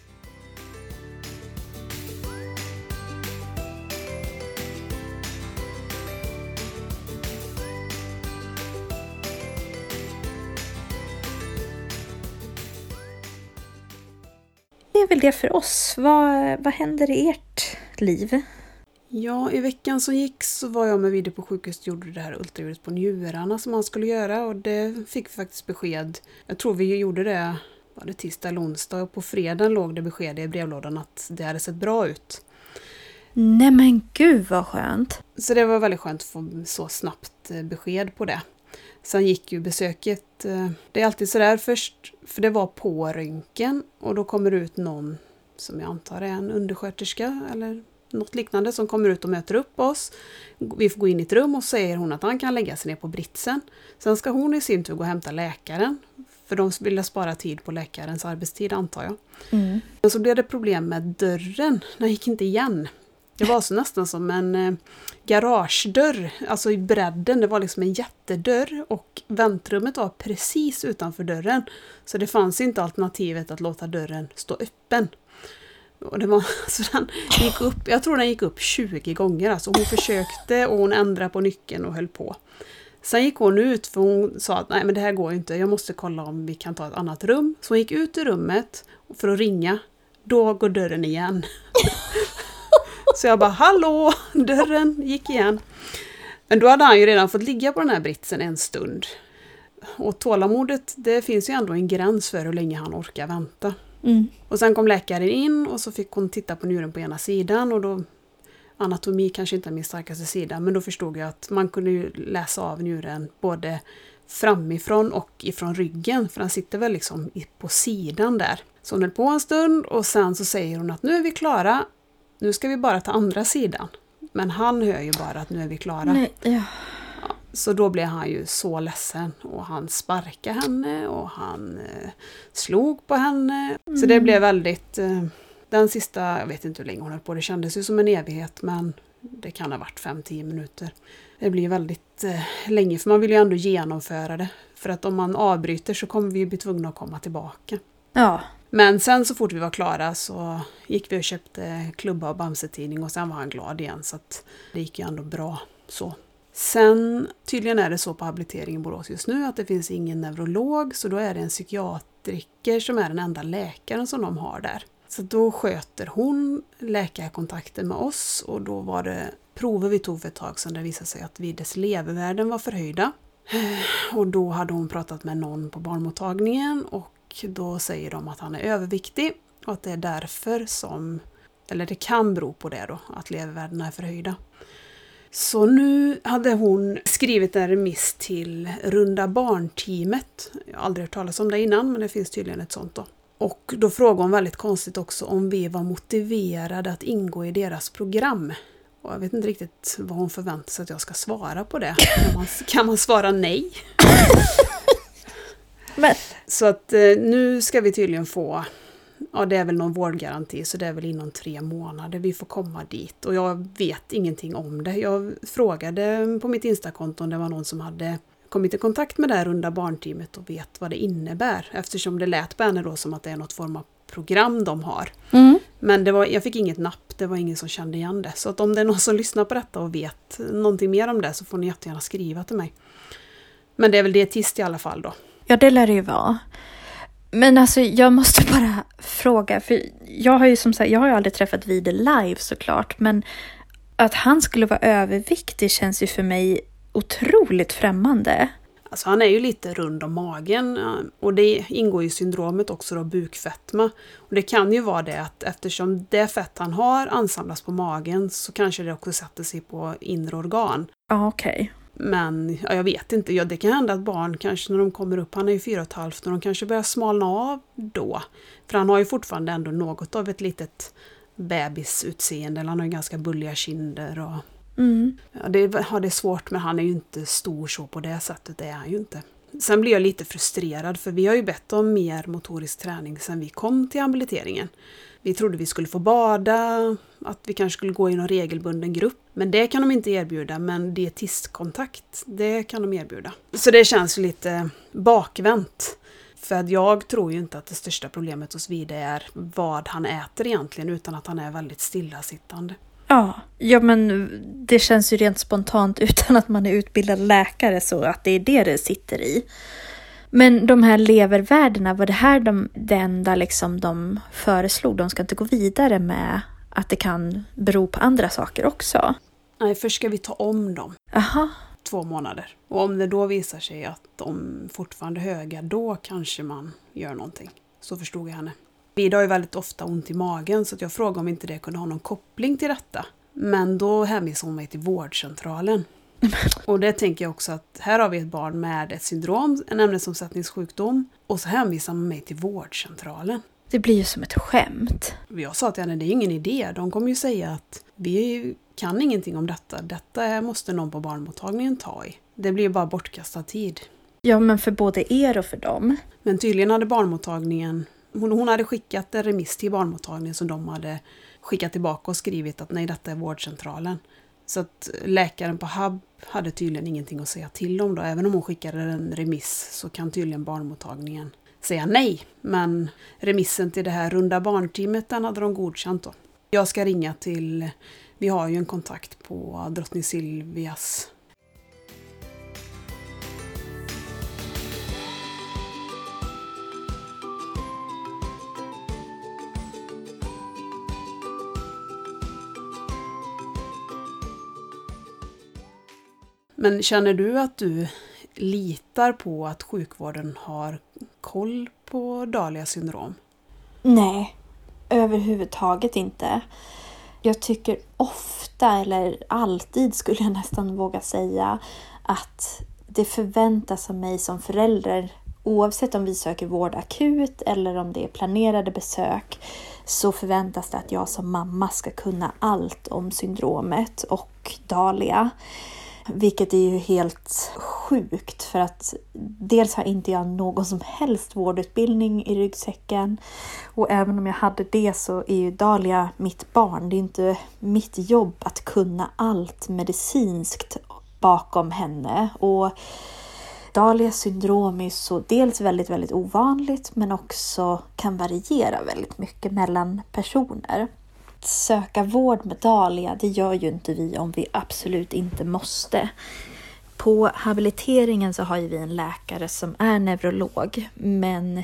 Det är väl det för oss. Vad händer i ert liv? Ja, i veckan som gick så var jag med Vide på sjukhus och gjorde det här ultraljudet på njurarna som man skulle göra. Och det fick vi faktiskt besked. Jag tror vi gjorde det, var det tisdag eller onsdag. Och på fredagen låg det besked i brevlådan att det hade sett bra ut. Nej men gud vad skönt. Så det var väldigt skönt att få så snabbt besked på det. Sen gick ju besöket, det är alltid sådär först, för det var på röntgen och då kommer det ut någon som jag antar är en undersköterska eller något liknande som kommer ut och möter upp oss. Vi får gå in i ett rum och säger hon att han kan lägga sig ner på britsen. Sen ska hon i sin tur gå och hämta läkaren, för de ville spara tid på läkarens arbetstid antar jag. Men så blev det problem med dörren, den gick inte igen. Det var så nästan som en garagedörr, alltså i bredden. Det var liksom en jättedörr och väntrummet var precis utanför dörren. Så det fanns inte alternativet att låta dörren stå öppen. Och det var, så den gick upp, jag tror den gick upp 20 gånger. Alltså hon försökte och hon ändrade på nyckeln och höll på. Sen gick hon ut för hon sa att nej men det här går inte. Jag måste kolla om vi kan ta ett annat rum. Så hon gick ut ur rummet för att ringa. Då går dörren igen. Så jag bara, hallå, dörren gick igen. Men då hade han ju redan fått ligga på den här britsen en stund. Och tålamodet, det finns ju ändå en gräns för hur länge han orkar vänta. Och sen kom läkaren in och så fick hon titta på njuren på ena sidan. Och då, anatomi kanske inte är min starkaste sida, men då förstod jag att man kunde ju läsa av njuren både framifrån och ifrån ryggen. För den sitter väl liksom på sidan där. Så hon höll på en stund och sen så säger hon att nu är vi klara. Nu ska vi bara ta andra sidan. Men han hör ju bara att nu är vi klara. Nej, ja. Ja, så då blev han ju så ledsen. Och han sparkade henne och han slog på henne. Så det blev väldigt... den sista, jag vet inte hur länge hon höll på. Det kändes ju som en evighet. Men det kan ha varit 5-10 minuter. Det blir väldigt länge. För man vill ju ändå genomföra det. För att om man avbryter så kommer vi ju bli tvungna att komma tillbaka. Ja. Men sen så fort vi var klara så gick vi och köpte klubba och Bamse-tidning och sen var han glad igen så att det gick ju ändå bra så. Sen tydligen är det så på habiliteringen i Borås just nu att det finns ingen neurolog så då är det en psykiatriker som är den enda läkaren som de har där. Så då sköter hon läkarkontakten med oss och då var det prover vi tog för ett tag sedan det visade sig att Vides levervärden var förhöjda. Och då hade hon pratat med någon på barnmottagningen och då säger de att han är överviktig och att det är därför som, eller det kan bero på det då, att levervärdena är förhöjda. Så nu hade hon skrivit en remiss till Runda barnteamet. Jag har aldrig hört talas om det innan men det finns tydligen ett sånt då. Och då frågade hon väldigt konstigt också om vi var motiverade att ingå i deras program. Och jag vet inte riktigt vad hon förväntar sig att jag ska svara på det. Kan man svara nej? Men. Så att nu ska vi tydligen få, ja det är väl någon vårdgaranti så det är väl inom 3 månader vi får komma dit. Och jag vet ingenting om det. Jag frågade på mitt Instakonto om det var någon som hade kommit i kontakt med det här runda barnteamet och vet vad det innebär. Eftersom det lät på henne då som att det är något form av program de har. Men jag fick inget napp, det var ingen som kände igen det. Så att om det är någon som lyssnar på detta och vet någonting mer om det så får ni jättegärna skriva till mig. Men det är väl dietist i alla fall då. Ja, det lär det ju vara. Men alltså jag måste bara fråga, för jag har ju som sagt, jag har ju aldrig träffat Vide live såklart, men att han skulle vara överviktig känns ju för mig otroligt främmande. Alltså han är ju lite rund om magen och det ingår ju i syndromet också då, bukfetma. Och det kan ju vara det att eftersom det fett han har ansamlas på magen så kanske det också sätter sig på inre organ. Ja, okej. Men jag vet inte, det kan hända att barn kanske när de kommer upp, han är ju 4,5, när de kanske börjar smalna av då. För han har ju fortfarande ändå något av ett litet bebisutseende, eller han har ju ganska bulliga kinder och ja, det är svårt, men han är ju inte stor så på det sättet, det är han ju inte. Sen blir jag lite frustrerad för vi har ju bett om mer motorisk träning sen vi kom till habiliteringen. Vi trodde vi skulle få bada, att vi kanske skulle gå i någon regelbunden grupp. Men det kan de inte erbjuda, men dietistkontakt, det kan de erbjuda. Så det känns lite bakvänt. För att jag tror ju inte att det största problemet hos Vide är vad han äter egentligen, utan att han är väldigt stillasittande. Ja, men det känns ju rent spontant utan att man är utbildad läkare så att det är det sitter i. Men de här levervärdena, var det här det enda liksom de föreslog? De ska inte gå vidare med att det kan bero på andra saker också? Nej, först ska vi ta om dem. Aha. 2 månader. Och om det då visar sig att de fortfarande är höga, då kanske man gör någonting. Så förstod jag henne. Vida har ju väldigt ofta ont i magen så att jag frågade om inte det kunde ha någon koppling till detta. Men då hänvisade hon mig till vårdcentralen. Och det tänker jag också att här har vi ett barn med ett syndrom, en ämnesomsättningssjukdom, och så hänvisar man mig till vårdcentralen. Det blir ju som ett skämt. Jag sa till henne, det är ingen idé. De kommer ju säga att vi kan ingenting om detta. Detta måste någon på barnmottagningen ta i. Det blir bara bortkastad tid. Ja, men för både er och för dem. Men tydligen hade barnmottagningen, hon hade skickat en remiss till barnmottagningen som de hade skickat tillbaka och skrivit att nej, detta är vårdcentralen. Så att läkaren på HAB hade tydligen ingenting att säga till om då. Även om hon skickade en remiss så kan tydligen barnmottagningen säga nej. Men remissen till det här runda barnteamet, den hade de godkänt då. Jag ska ringa till, vi har ju en kontakt på Drottning Silvias. Men känner du att du litar på att sjukvården har koll på Dahlias syndrom? Nej, överhuvudtaget inte. Jag tycker ofta, eller alltid skulle jag nästan våga säga, att det förväntas av mig som förälder, oavsett om vi söker vård akut eller om det är planerade besök, så förväntas det att jag som mamma ska kunna allt om syndromet och Dahlia. Vilket är ju helt sjukt för att dels har inte jag någon som helst vårdutbildning i ryggsäcken. Och även om jag hade det så är ju Dahlia mitt barn. Det är inte mitt jobb att kunna allt medicinskt bakom henne. Och Dahlias syndrom är så dels väldigt, väldigt ovanligt men också kan variera väldigt mycket mellan personer. Söka vård med Dahlia, det gör ju inte vi om vi absolut inte måste. På habiliteringen så har ju vi en läkare som är neurolog, men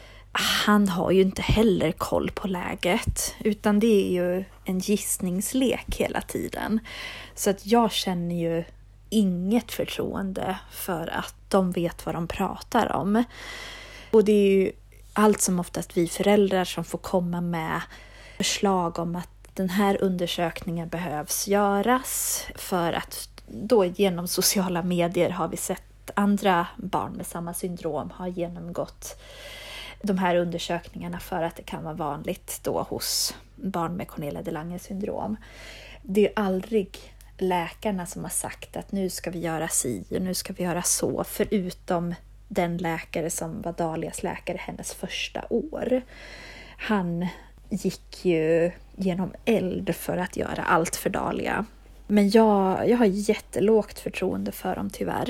han har ju inte heller koll på läget, utan det är ju en gissningslek hela tiden. Så att jag känner ju inget förtroende för att de vet vad de pratar om. Och det är ju allt som oftast vi föräldrar som får komma med förslag om att den här undersökningen behövs göras för att då genom sociala medier har vi sett andra barn med samma syndrom har genomgått de här undersökningarna för att det kan vara vanligt då hos barn med Cornelia de Lange syndrom. Det är aldrig läkarna som har sagt att nu ska vi göra si och nu ska vi göra så, förutom den läkare som var Dahlias läkare hennes första år. Han gick ju genom eld för att göra allt för Dahlia. Men jag har jättelågt förtroende för dem tyvärr.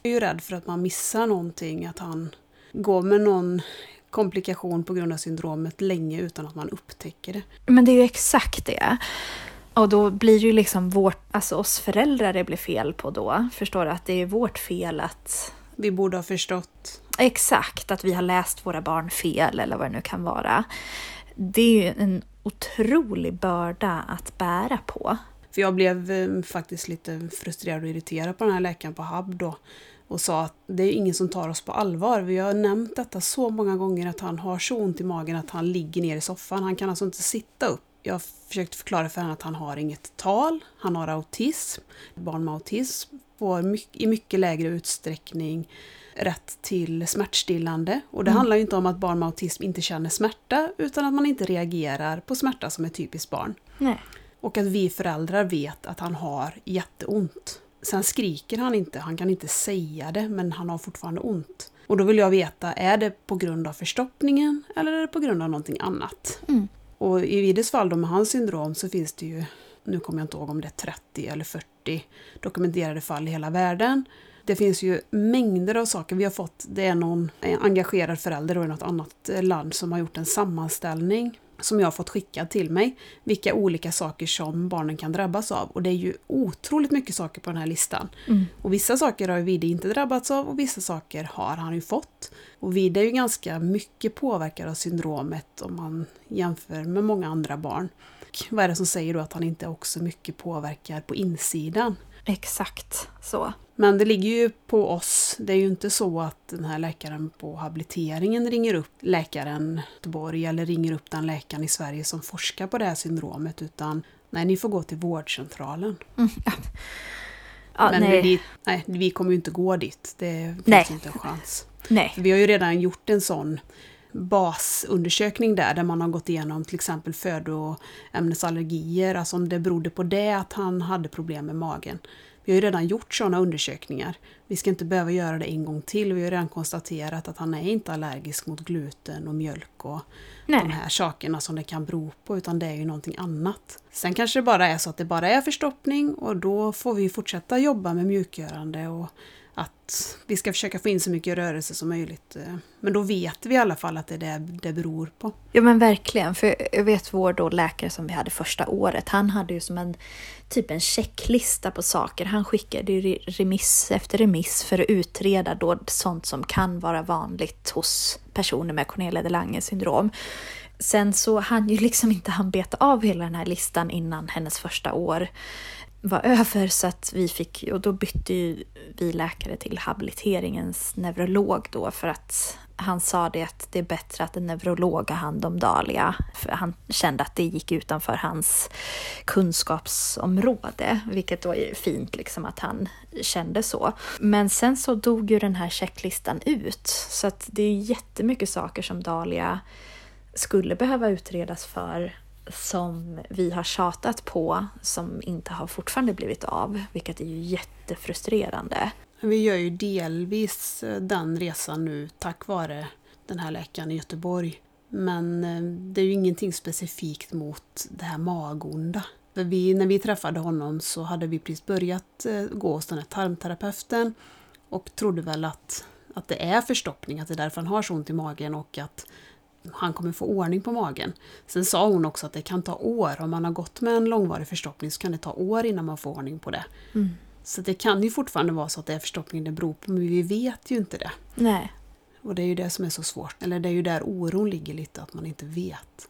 Jag är ju rädd för att man missar någonting, att han går med någon komplikation på grund av syndromet länge utan att man upptäcker det. Men det är ju exakt det. Och då blir det ju liksom oss föräldrar det blir fel på då. Förstår du, att det är vårt fel att... Vi borde ha förstått. Exakt, att vi har läst våra barn fel eller vad det nu kan vara. Det är ju en otrolig börda att bära på. För jag blev faktiskt lite frustrerad och irriterad på den här läkaren på HUB då. Och sa att det är ingen som tar oss på allvar. Vi har nämnt detta så många gånger, att han har så ont i magen att han ligger ner i soffan. Han kan alltså inte sitta upp. Jag har försökt förklara för henne att han har inget tal. Han har autism. Barn med autism får i mycket lägre utsträckning rätt till smärtstillande. Och det handlar ju inte om att barn med autism inte känner smärta, utan att man inte reagerar på smärta som är typiskt barn. Nej. Och att vi föräldrar vet att han har jätteont. Sen skriker han inte, han kan inte säga det, men han har fortfarande ont. Och då vill jag veta, är det på grund av förstoppningen eller är det på grund av någonting annat? Mm. Och i Vides fall då med hans syndrom så finns det ju, nu kommer jag inte ihåg om det är 30 eller 40 dokumenterade fall i hela världen. Det finns ju mängder av saker vi har fått. Det är någon engagerad förälder i något annat land som har gjort en sammanställning som jag har fått skickad till mig. Vilka olika saker som barnen kan drabbas av. Och det är ju otroligt mycket saker på den här listan. Mm. Och vissa saker har ju Vide inte drabbats av och vissa saker har han ju fått. Och Vide är ju ganska mycket påverkad av syndromet om man jämför med många andra barn. Vad är det som säger då att han inte är också mycket påverkad på insidan? Exakt så. Men det ligger ju på oss. Det är ju inte så att den här läkaren på habiliteringen ringer upp läkaren i Göteborg eller ringer upp den läkaren i Sverige som forskar på det här syndromet, utan nej, ni får gå till vårdcentralen. Mm, ja. Ja, men vi kommer ju inte gå dit. Det finns inte en chans. Nej. För vi har ju redan gjort en sån basundersökning där man har gått igenom till exempel födoämnesallergier, alltså om det berodde på det att han hade problem med magen. Vi har ju redan gjort sådana undersökningar. Vi ska inte behöva göra det en gång till. Vi har redan konstaterat att han är inte allergisk mot gluten och mjölk och de här sakerna som det kan bero på, utan det är ju någonting annat. Sen kanske det bara är så att det bara är förstoppning, och då får vi fortsätta jobba med mjukgörande och att vi ska försöka få in så mycket rörelse som möjligt. Men då vet vi i alla fall att det är det beror på. Ja, men verkligen. För jag vet vår då läkare som vi hade första året. Han hade ju som en checklista på saker. Han skickade ju remiss efter remiss för att utreda då sånt som kan vara vanligt hos personer med Cornelia de Lange syndrom. Sen så hann ju liksom inte han beta av hela den här listan innan hennes första år var över, så att och då bytte ju vi läkare till habiliteringens neurolog då, för att han sa det att det är bättre att en neurolog har hand om Dahlia, för han kände att det gick utanför hans kunskapsområde, vilket då är fint liksom att han kände så. Men sen så dog ju den här checklistan ut, så att det är jättemycket saker som Dahlia skulle behöva utredas för, som vi har tjatat på, som inte har fortfarande blivit av, vilket är ju jättefrustrerande. Vi gör ju delvis den resan nu tack vare den här läkaren i Göteborg. Men det är ju ingenting specifikt mot det här magonda. För när vi träffade honom så hade vi precis börjat gå hos den här tarmterapeuten och trodde väl att det är förstoppning, att det är därför han har så ont i magen och att han kommer få ordning på magen. Sen sa hon också att det kan ta år. Om man har gått med en långvarig förstoppning så kan det ta år innan man får ordning på det. Mm. Så det kan ju fortfarande vara så att det är förstoppning det beror på, men vi vet ju inte det. Nej. Och det är ju det som är så svårt. Eller det är ju där oron ligger lite, att man inte vet.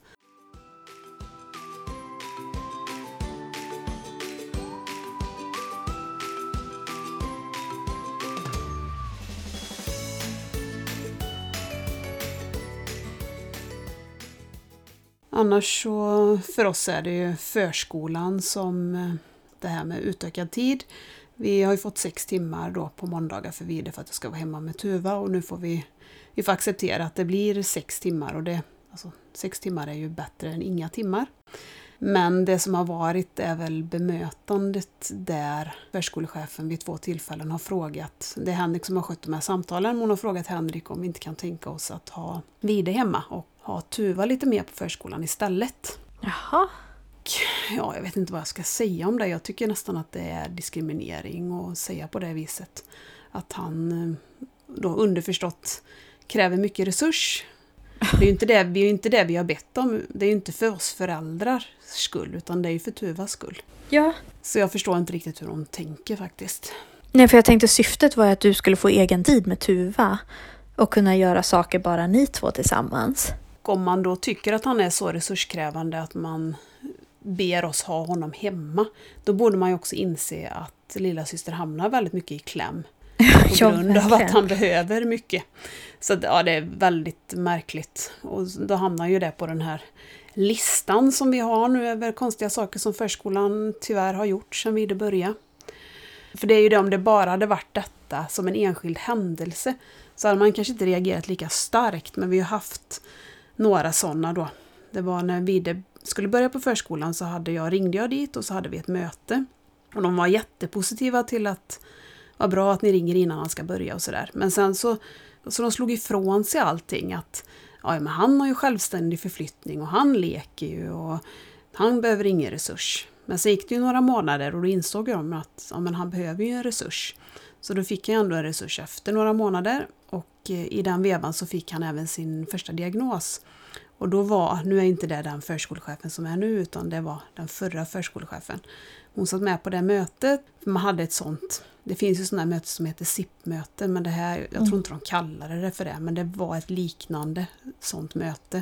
Annars så för oss är det ju förskolan som det här med utökad tid. Vi har ju fått 6 timmar då på måndagar för Vide för att jag ska vara hemma med Tuva, och nu får vi får acceptera att det blir 6 timmar, och 6 timmar är ju bättre än inga timmar. Men det som har varit är väl bemötandet där förskolechefen vid 2 tillfällen har frågat, det är Henrik som har skött de här samtalen, hon har frågat Henrik om vi inte kan tänka oss att ha Vide hemma och ha Tuva lite mer på förskolan istället. Jaha. Ja, jag vet inte vad jag ska säga om det. Jag tycker nästan att det är diskriminering att säga på det viset. att han då underförstått kräver mycket resurs. Det är ju inte det vi har bett om. Det är ju inte för oss föräldrars skull, utan det är ju för Tuvas skull. Ja. Så jag förstår inte riktigt hur hon tänker faktiskt. Nej, för jag tänkte syftet var att du skulle få egen tid med Tuva och kunna göra saker bara ni två tillsammans. Om man då tycker att han är så resurskrävande att man ber oss ha honom hemma, då borde man ju också inse att lilla syster hamnar väldigt mycket i kläm. På grund av att han behöver mycket. Så ja, det är väldigt märkligt. Och då hamnar ju det på den här listan som vi har nu över konstiga saker som förskolan tyvärr har gjort sedan vi började. För det är ju det, om det bara hade varit detta som en enskild händelse så hade man kanske inte reagerat lika starkt. Men vi har haft några sådana då. Det var när vi skulle börja på förskolan så ringde jag dit och så hade vi ett möte. Och de var jättepositiva till att vad bra att ni ringer innan han ska börja och sådär. Men sen så de slog ifrån sig allting att men han har ju självständig förflyttning och han leker ju och han behöver ingen resurs. Men så gick det ju några månader och då insåg de att men han behöver ju en resurs. Så då fick jag ändå en resurs efter några månader och i den vevan så fick han även sin första diagnos. Och då nu är inte det den förskolechefen som är nu utan det var den förra förskolechefen. Hon satt med på det mötet. Man hade ett sånt. Det finns ju sådana möten som heter SIP-möte. Men det här, jag tror inte de kallade det för det. Men det var ett liknande sånt möte.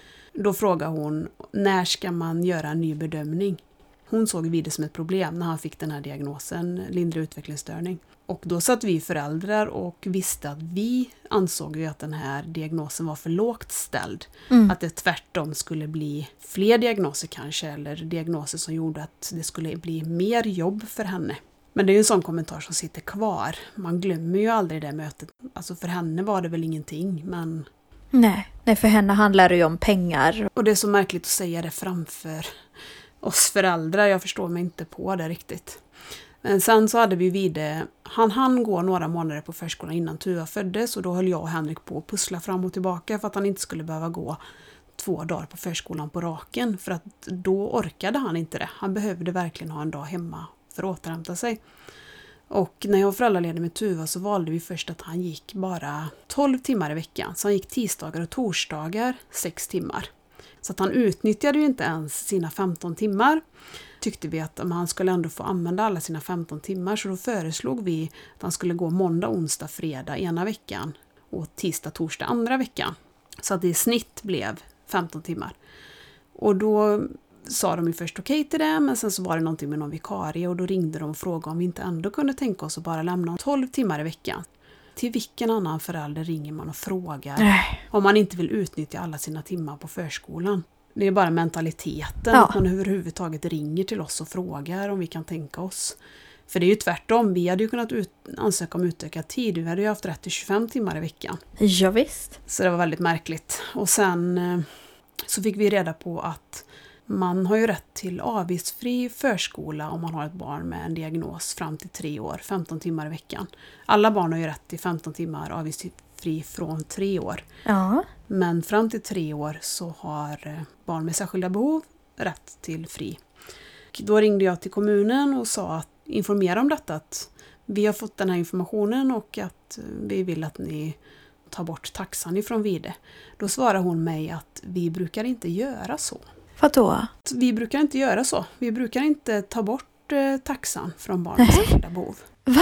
Då frågade hon, när ska man göra en ny bedömning? Hon såg det som ett problem när han fick den här diagnosen, lindrig utvecklingsstörning. Och då satt vi föräldrar och visste att vi ansåg ju att den här diagnosen var för lågt ställd. Att det tvärtom skulle bli fler diagnoser kanske, eller diagnoser som gjorde att det skulle bli mer jobb för henne. Men det är ju en sån kommentar som sitter kvar. Man glömmer ju aldrig det mötet. Alltså för henne var det väl ingenting, men... Nej, för henne handlar det ju om pengar. Och det är så märkligt att säga det framför oss föräldrar. Jag förstår mig inte på det riktigt. Men sen så hade vi han gå några månader på förskolan innan Tuva föddes och då höll jag och Henrik på att pussla fram och tillbaka för att han inte skulle behöva gå 2 dagar på förskolan på raken, för att då orkade han inte det. Han behövde verkligen ha en dag hemma för att återhämta sig. Och när jag var föräldraledig med Tuva så valde vi först att han gick bara 12 timmar i veckan. Så han gick tisdagar och torsdagar 6 timmar. Så att han utnyttjade ju inte ens sina 15 timmar. Tyckte vi att han skulle ändå få använda alla sina 15 timmar. Så då föreslog vi att han skulle gå måndag, onsdag, fredag ena veckan. Och tisdag, torsdag andra veckan. Så att det i snitt blev 15 timmar. Och då sa de ju först okej till det. Men sen så var det någonting med någon vikarie. Och då ringde de och frågade om vi inte ändå kunde tänka oss att bara lämna 12 timmar i veckan. Till vilken annan förälder ringer man och frågar om man inte vill utnyttja alla sina timmar på förskolan? Det är bara mentaliteten att man överhuvudtaget ringer till oss och frågar om vi kan tänka oss. För det är ju tvärtom, vi hade ju kunnat ansöka om utökad tid. Vi hade ju haft rätt till 25 timmar i veckan. Ja, visst. Så det var väldigt märkligt. Och sen så fick vi reda på att man har ju rätt till avgiftsfri förskola om man har ett barn med en diagnos fram till 3 år, 15 timmar i veckan. Alla barn har ju rätt till 15 timmar avgiftsfri från 3 år. Ja. Men fram till 3 år så har barn med särskilda behov rätt till fri. Då ringde jag till kommunen och sa att informera om detta, att vi har fått den här informationen och att vi vill att ni tar bort taxan ifrån Vide. Då svarade hon mig att vi brukar inte göra så. Vadå? Vi brukar inte göra så. Vi brukar inte ta bort taxan från barn med särskilda behov. Va?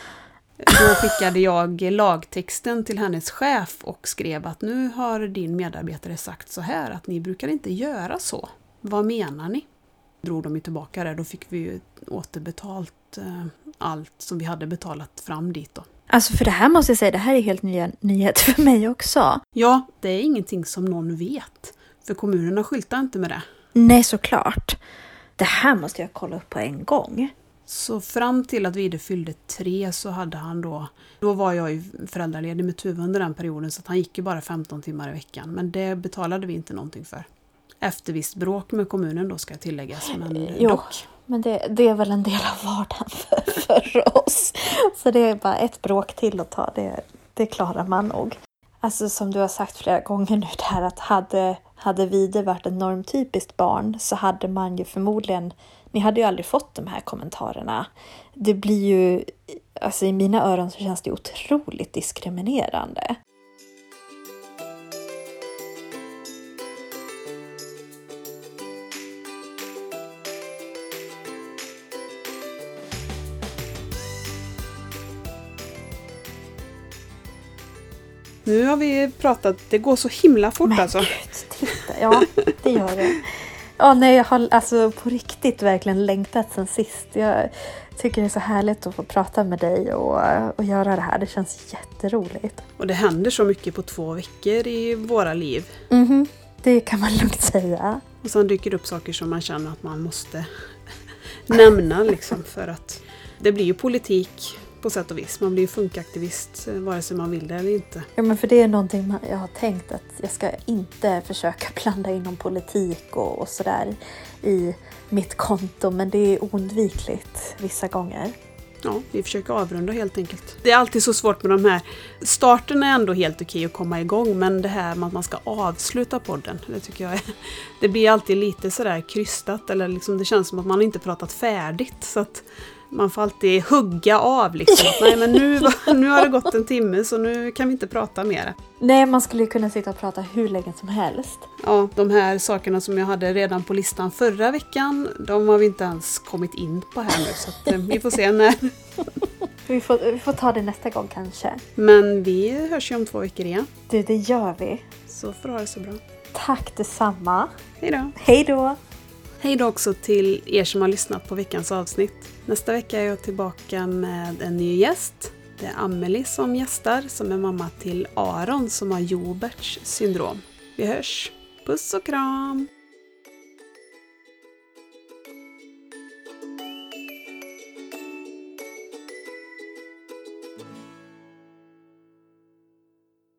Då skickade jag lagtexten till hennes chef och skrev att nu har din medarbetare sagt så här, att ni brukar inte göra så. Vad menar ni? Drog de ju tillbaka det. Då fick vi ju återbetalt allt som vi hade betalat fram dit då. Alltså för det här måste jag säga, det här är helt nya nyheter för mig också. Ja, det är ingenting som någon vet. För kommunerna skyltar inte med det. Nej, såklart. Det här måste jag kolla upp på en gång. Så fram till att Vide fyllde 3 så hade han då var jag ju föräldraledig med Tuva under den perioden, så att han gick ju bara 15 timmar i veckan. Men det betalade vi inte någonting för. Efter visst bråk med kommunen då, ska jag tilläggas. Men dock. Men det är väl en del av vardagen för oss. Så det är bara ett bråk till att ta. Det klarar man nog. Alltså som du har sagt flera gånger nu, det här att Hade Vide varit ett normtypiskt barn så hade man ju förmodligen, ni hade ju aldrig fått de här kommentarerna. Det blir ju, alltså i mina öron så känns det otroligt diskriminerande. Nu har vi pratat, det går så himla fort Men alltså. Gud, titta. Ja, det gör det. Ja, nej, jag har alltså på riktigt verkligen längtat sen sist. Jag tycker det är så härligt att få prata med dig och göra det här. Det känns jätteroligt. Och det händer så mycket på 2 veckor i våra liv. Det kan man lugnt säga. Och sen dyker det upp saker som man känner att man måste nämna liksom, för att det blir ju politik på sätt och vis. Man blir ju funkaktivist vare sig man vill det eller inte. Ja, men för det är någonting jag har tänkt att jag ska inte försöka blanda in någon politik och sådär i mitt konto. Men det är oundvikligt vissa gånger. Ja, vi försöker avrunda helt enkelt. Det är alltid så svårt med de här. Starten är ändå helt okej att komma igång, men det här med att man ska avsluta podden, det tycker jag är, det blir alltid lite sådär krystat, eller liksom det känns som att man inte pratat färdigt, så att man får alltid hugga av liksom. Nej, men nu har det gått en timme så nu kan vi inte prata mer. Nej, man skulle ju kunna sitta och prata hur länge som helst. Ja, de här sakerna som jag hade redan på listan förra veckan, de har vi inte ens kommit in på här nu, så att, vi får se när. Vi får ta det nästa gång kanske. Men vi hörs ju om 2 veckor igen. Det gör vi. Så får du ha det så bra. Tack detsamma. Hej då. Hej då. Hej då också till er som har lyssnat på veckans avsnitt. Nästa vecka är jag tillbaka med en ny gäst. Det är Amelie som gästar, som är mamma till Aron som har Joberts syndrom. Vi hörs. Puss och kram!